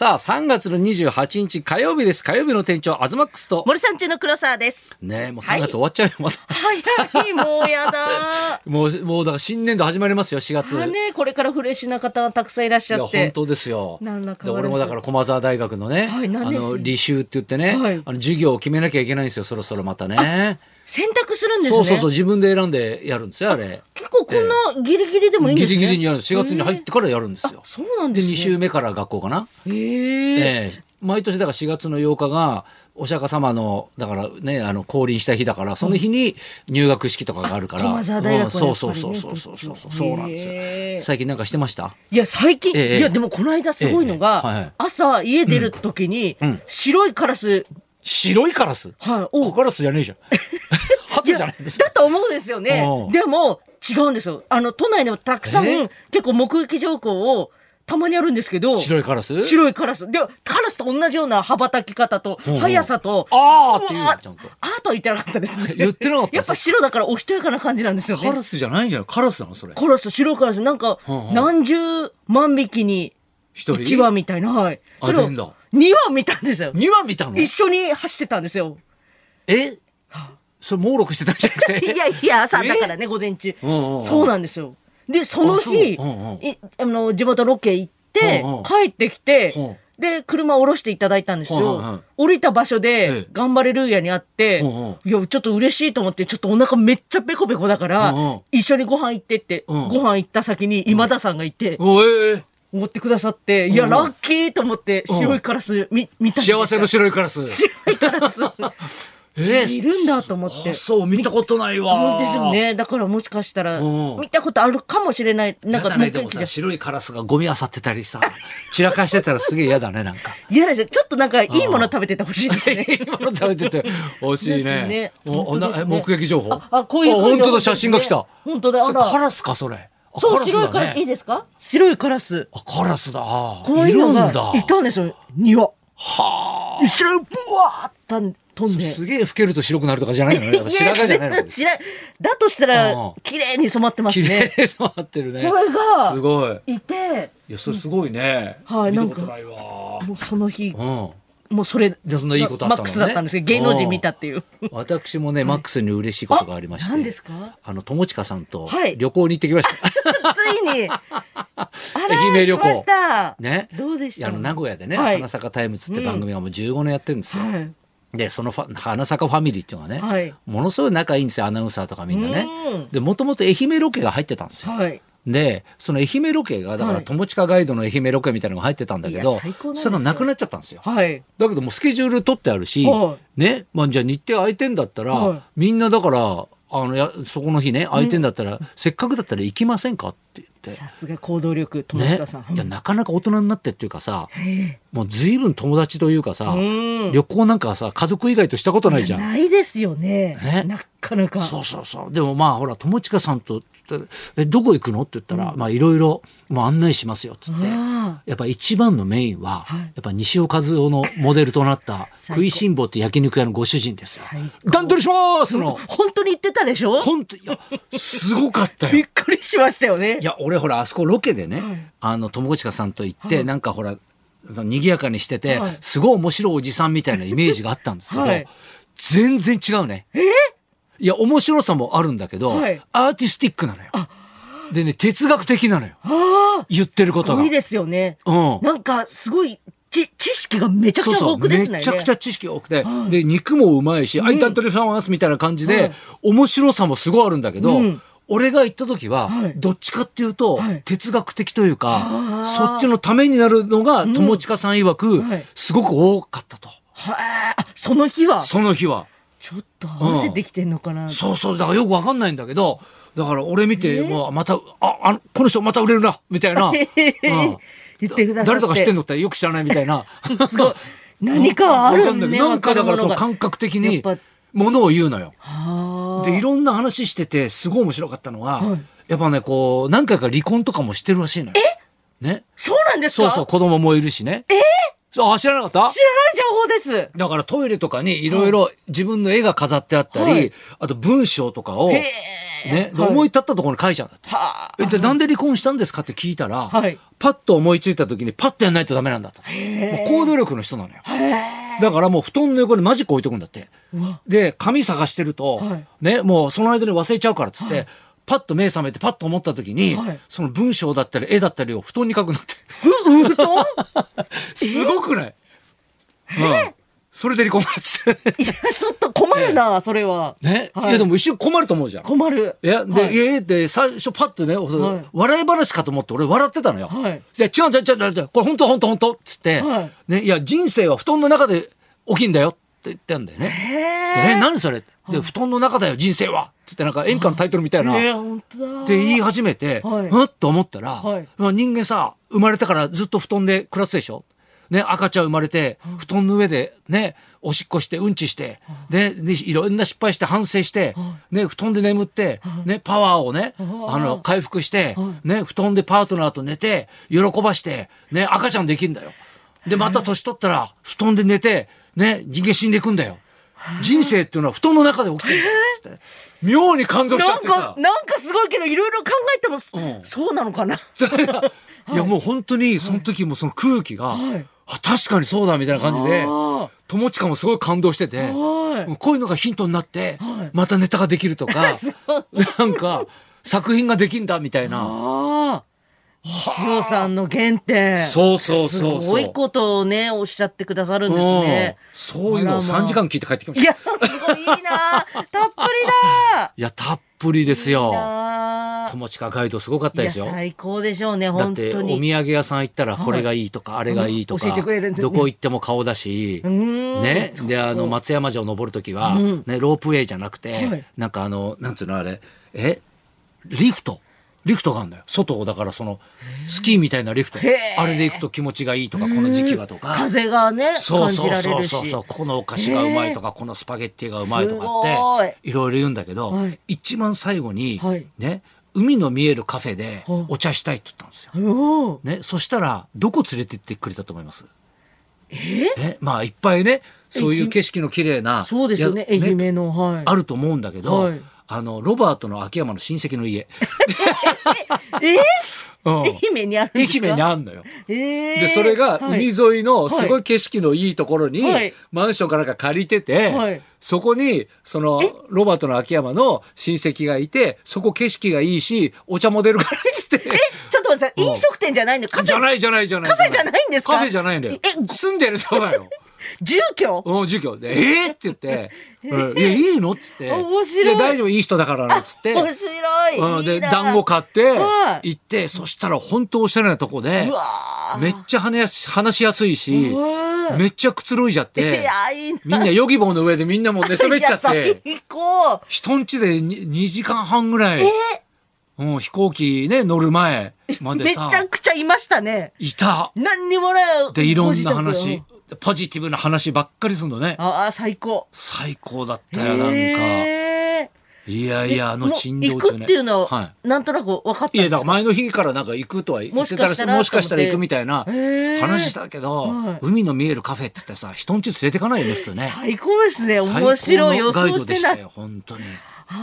さあ、3月の28日火曜日です。火曜日の店長、アズマックスと。 森さん中の黒沢です。 ねえ、もう3月終わっちゃうよ、まだ。 早い、もうやだ。 もうだから新年度始まりますよ、4月。 ね、これからフレッシュな方がたくさんいらっしゃって。 いや、本当ですよ。で俺もだから駒澤大学のね、履修って言ってね、授業を決めなきゃいけないんですよ、そろそろまたね。 選択するんですね。 そう、自分で選んでやるんですよ、あれ。 結構こんなギリギリでもいいんですね。 ギリギリにやる。4月に入ってからやるんですよ。 そうなんですね。 で、2週目から学校かな。毎年だから4月の8日がお釈迦様のだからね降臨した日だから、その日に入学式とかがあるから。 駒澤大学はやっぱりね。 そうなんですよ。最近なんかしてました？ いや最近、いやでもこの間すごいのが、朝家出る時に白いカラス。 白いカラス？はい。カラスじゃねえじゃん。鳩じゃないですか。 だと思うんですよね。でも違うんですよ。都内でもたくさん結構目撃情報をたまにあるんですけど。 白いカラス？ 白いカラス。で、カラスと同じような羽ばたき方と速さと。 あーって言うのちゃんと。 あーとは言ってなかったですね。 言ってなかった。 やっぱ白だからおしとやかな感じなんですよね。 カラスじゃないんじゃない？カラスなのそれ。 カラス、白いカラス。なんか何十万匹に1羽みたいな。はい。それを2羽見たんですよ。 2羽見たの？ 一緒に走ってたんですよ。 それ猛録してたんじゃなくて。 いや朝だからね、午前中。そうなんですよ。でその日地元ロケ行って帰ってきて、で車を降ろしていただいたんですよ。降りた場所で頑張れルーヤに会って、いやちょっと嬉しいと思って、ちょっとお腹めっちゃペコペコだから一緒にご飯行ってって、ご飯行った先に今田さんがいて、持ってくださって、いやラッキーと思って白いカラス見たんです。 幸せの白いカラス。 白いカラスいるんだと思って。 そう、見たことないわ。 ですよね。だからもしかしたら見たことあるかもしれない。なんかでもさ、白いカラスがゴミ漁ってたりさ、散らかしてたらすげえ嫌だね、なんか。 嫌ですよ。ちょっとなんかいいもの食べててほしいですね。 いいもの食べててほしいね。目撃情報？ こういう本当だ、写真が来た。 本当だ。 カラスかそれ。 そう、白いカラスいいですか？白いカラス。 カラスだ。 いるんだ。いたんですよ。庭。 はあ。後ろにブワーッ飛んで。 すげえ老けると白くなるとかじゃないのね。白髪じゃないの。 だとしたら綺麗に染まってますね。 綺麗に染まってるね。 これがすごい。 いて。 いやそれすごいね。 はい、なんかもうその日。もうそれじゃそんないいことあったのね。 マックスだったんですけど、芸能人見たっていう。 私もね、マックスに嬉しいことがありまして。 何ですか？ 友近さんと旅行に行ってきました。 ついに愛媛旅行。 ね。どうでした？ 名古屋でね、花咲かタイムズって番組がもう15年やってるんですよ。でその花咲かファミリーっていうのがね、ものすごい仲いいんですよ、アナウンサーとかみんなね。でもともと愛媛ロケが入ってたんですよ。でその愛媛ロケがだから友近ガイドの愛媛ロケみたいなのが入ってたんだけど、それがなくなっちゃったんですよ。だけどもうスケジュール取ってあるし、ね、じゃあ日程空いてんだったら、みんなだからそこの日ね空いてんだったら、せっかくだったら行きませんかって言って。 さすが行動力、友近さん。 いやなかなか大人になってっていうかさ、もう随分友達というかさ、旅行なんかさ家族以外としたことないじゃん。 ないですよね。なかなか。 そうでもほら友近さんとどこ行くのって言ったら、いろいろ案内しますよっつって、やっぱ一番のメインは、やっぱ西尾一男のモデルとなった食いしん坊って焼肉屋のご主人ですよ。段取りしますの。 本当に言ってたでしょ？ 本当いやすごかったよ。 びっくりしましたよね。 いや俺ほらあそこロケでね、友近さんと行って、なんかほら賑やかにしてて、すごい面白いおじさんみたいなイメージがあったんですけど、全然違うね。いや面白さもあるんだけど、アーティスティックなのよ。でね哲学的なのよ。言ってることが。 すごいですよね。なんかすごい知識がめちゃくちゃ多くですね。 めちゃくちゃ知識多くて、で肉もうまいし、アイタントリファンスみたいな感じで、面白さもすごいあるんだけど、俺が行った時はどっちかっていうと哲学的というか、そっちのためになるのが友近さん曰くすごく多かったと。 その日はちょっと合わせてきてんのかな。 そうだからよくわかんないんだけど、だから俺見てもうまたこの人また売れるなみたいな。 言ってくださって。 誰とか知ってんのってよく知らないみたいな。 すごい。何かあるんだね。 なんかだからその感覚的にものを言うのよ。でいろんな話しててすごい面白かったのが、やっぱねこう何回か離婚とかもしてるらしいのよ。ね。 そうなんですか？ そう子供もいるしね。知らなかった？知らない情報です。 だからトイレとかにいろいろ自分の絵が飾ってあったり、あと文章とかをね、で思い立ったところに書いちゃうんだって。でなんで離婚したんですかって聞いたら、パッと思いついた時にパッとやんないとダメなんだと。行動力の人なのよ。だからもう布団の横にマジック置いとくんだって。で紙探してると、ね、もうその間に忘れちゃうからっつって、パッと目覚めてパッと思った時に、その文章だったり絵だったりを布団に書くんだって。 布団すごくない？それで離婚だっつって。 いやちょっと困るな、それは。 ね、いやでも一瞬困ると思うじゃん。 困る。 いやで、で最初パッとね、笑い話かと思って俺笑ってたのよ。で違うこれ本当っつって、ね、いや人生は布団の中で起きんだよって言ってんだよね。何それで、布団の中だよ人生はつってなんか演歌のタイトルみたいなって言い始めて、っと思ったら、人間さ生まれてからずっと布団で暮らすでしょ。ね、赤ちゃん生まれて布団の上でねおしっこしてうんちしてでいろんな失敗して反省してね布団で眠ってねパワーをね回復してね布団でパートナーと寝て喜ばしてね赤ちゃんできるんだよ。でまた年取ったら布団で寝てね人間死んでいくんだよ。人生っていうのは布団の中で起きてるんだって妙に感動しちゃってさ。 なんかすごいけどいろいろ考えても、そうなのかな。 いやもう本当にその時もその空気が、確かにそうだみたいな感じで友近もすごい感動してて、こういうのがヒントになって、またネタができるとかなんか作品ができんだみたいな。 西尾さんの原点。 そうすごいことをねおっしゃってくださるんですね。 そういうのを3時間聞いて帰ってきました。 いやすごいいいな。たっぷりだ。 いやたっぷりですよ。友近ガイドすごかったですよ。 最高でしょうね本当に。 だってお土産屋さん行ったらこれがいいとか、あれがいいとか、 教えてくれるんですね。 どこ行っても顔だしね。で松山城登る時は、ね、ロープウェイじゃなくて、なんかなんつうのあれリフトがあるんだよ。外だからそのスキーみたいなリフト、あれで行くと気持ちがいいとか、この時期はとか風がね感じられるし、 そうこのお菓子がうまいとか、このスパゲッティがうまいとかっていろいろ言うんだけど、一番最後にね海の見えるカフェでお茶したいって言ったんですよ。ね、そしたらどこ連れてってくれたと思います？まあいっぱいねそういう景色の綺麗なそうですよね、愛媛の、 あると思うんだけど、ロバートの秋山の親戚の家愛媛にあるんですか？ 愛媛にあるのよ。でそれが海沿いのすごい景色のいいところにマンションかなんか借りてて、そこにそのロバートの秋山の親戚がいて、そこ景色がいいしお茶も出るからっつって。 ちょっと待って、飲食店じゃないの？ じゃないカフェじゃないんですか？カフェじゃないんだよ。住んでるとこだよ。 住居でって言って、いやいいのって言って、 面白い。 で大丈夫いい人だからなっつって、 面白い。 で団子買って行って、そしたら本当おしゃれなとこでめっちゃ話しやすいし、めっちゃくつろいじゃって、みんなヨギボーの上でみんなも寝そべっちゃって、人んちで2時間半ぐらい、飛行機ね乗る前までさ、 めちゃくちゃいましたね。 いた。 何にもね。 でいろんな話、ポジティブな話ばっかりするのね。最高だったよ。なんかいや珍道中ね、 行くっていうのはなんとなく分かったんですか？いやだから前の日からなんか行くとは言ってたら、もしかしたら行くみたいな話したけど、海の見えるカフェって言ってさ人んち連れてかないよね普通ね。 最高ですね。面白い。予想してない。 本当に。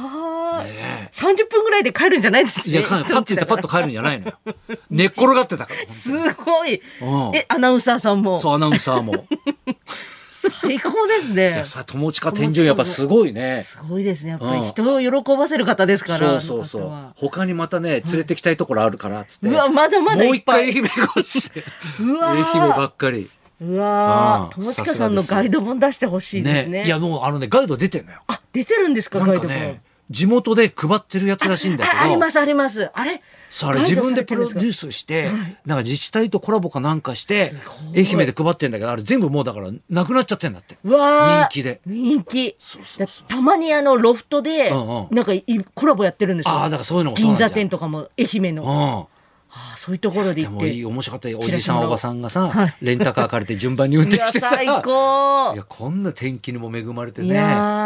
30分ぐらいで帰るんじゃないですね。 いやパッと行ってパッと帰るんじゃないのよ。寝っ転がってたから。 すごい。アナウンサーさんも。 そうアナウンサーも。 最高ですね。 いやさ友近天神やっぱすごいね。 すごいですね。やっぱり人を喜ばせる方ですから。 そう他にまたね連れてきたいところあるからっつって。 うわまだまだもう一回愛媛行こうっつって。愛媛ばっかり。 うわ友近さんのガイド本出してほしいですね。 いやもうガイド出てんのよ。 出てるんですか？ガイド本。 地元で配ってるやつらしいんだけど。 ありますあります。あれ自分でプロデュースして、なんか自治体とコラボかなんかして愛媛で配ってんだけど、あれ全部もうだからなくなっちゃってんだって。人気で。 人気。たまにロフトでなんかコラボやってるんですよ。 だからそういうのもそうなんじゃん。 銀座店とかも愛媛の。そういうところで行って。 でも面白かったよ。おじさんおばさんがさ、レンタカー借りて順番に運転してさ。 最高。 いやこんな天気にも恵まれてね。 いや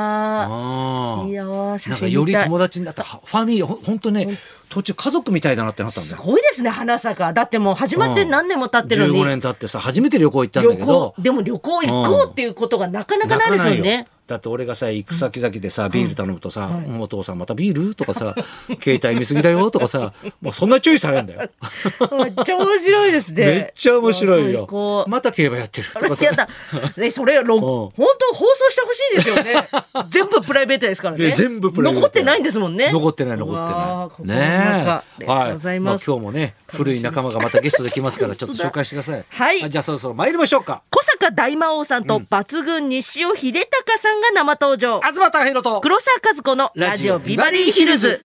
写真見たい。 なんかより友達になったファミリー本当ね途中家族みたいだなってなったんだよ。 すごいですね花坂。だってもう始まって何年も経ってるのに。 15年経ってさ初めて旅行行ったんだけど。 でも旅行行こうっていうことがなかなかないですよね。 だって俺がさ行く先々でさビール頼むとさ、お父さんまたビールとかさ携帯見過ぎだよとかさもうそんな注意されるんだよ。 めっちゃ面白いですね。 めっちゃ面白いよ。また競馬やってるとかさ。 それ本当放送してほしいですよね。全部プライベートですからね。 全部プライベート。 残ってないんですもんね。 残ってないね。 ね。ありがとうございます。 今日もね古い仲間がまたゲストで来ますからちょっと紹介してください。 はい。 じゃあそろそろ参りましょうか。 小坂大魔王さんと抜群西尾秀隆さんが生登場。 東貴博と黒沢和子のラジオビバリーヒルズ。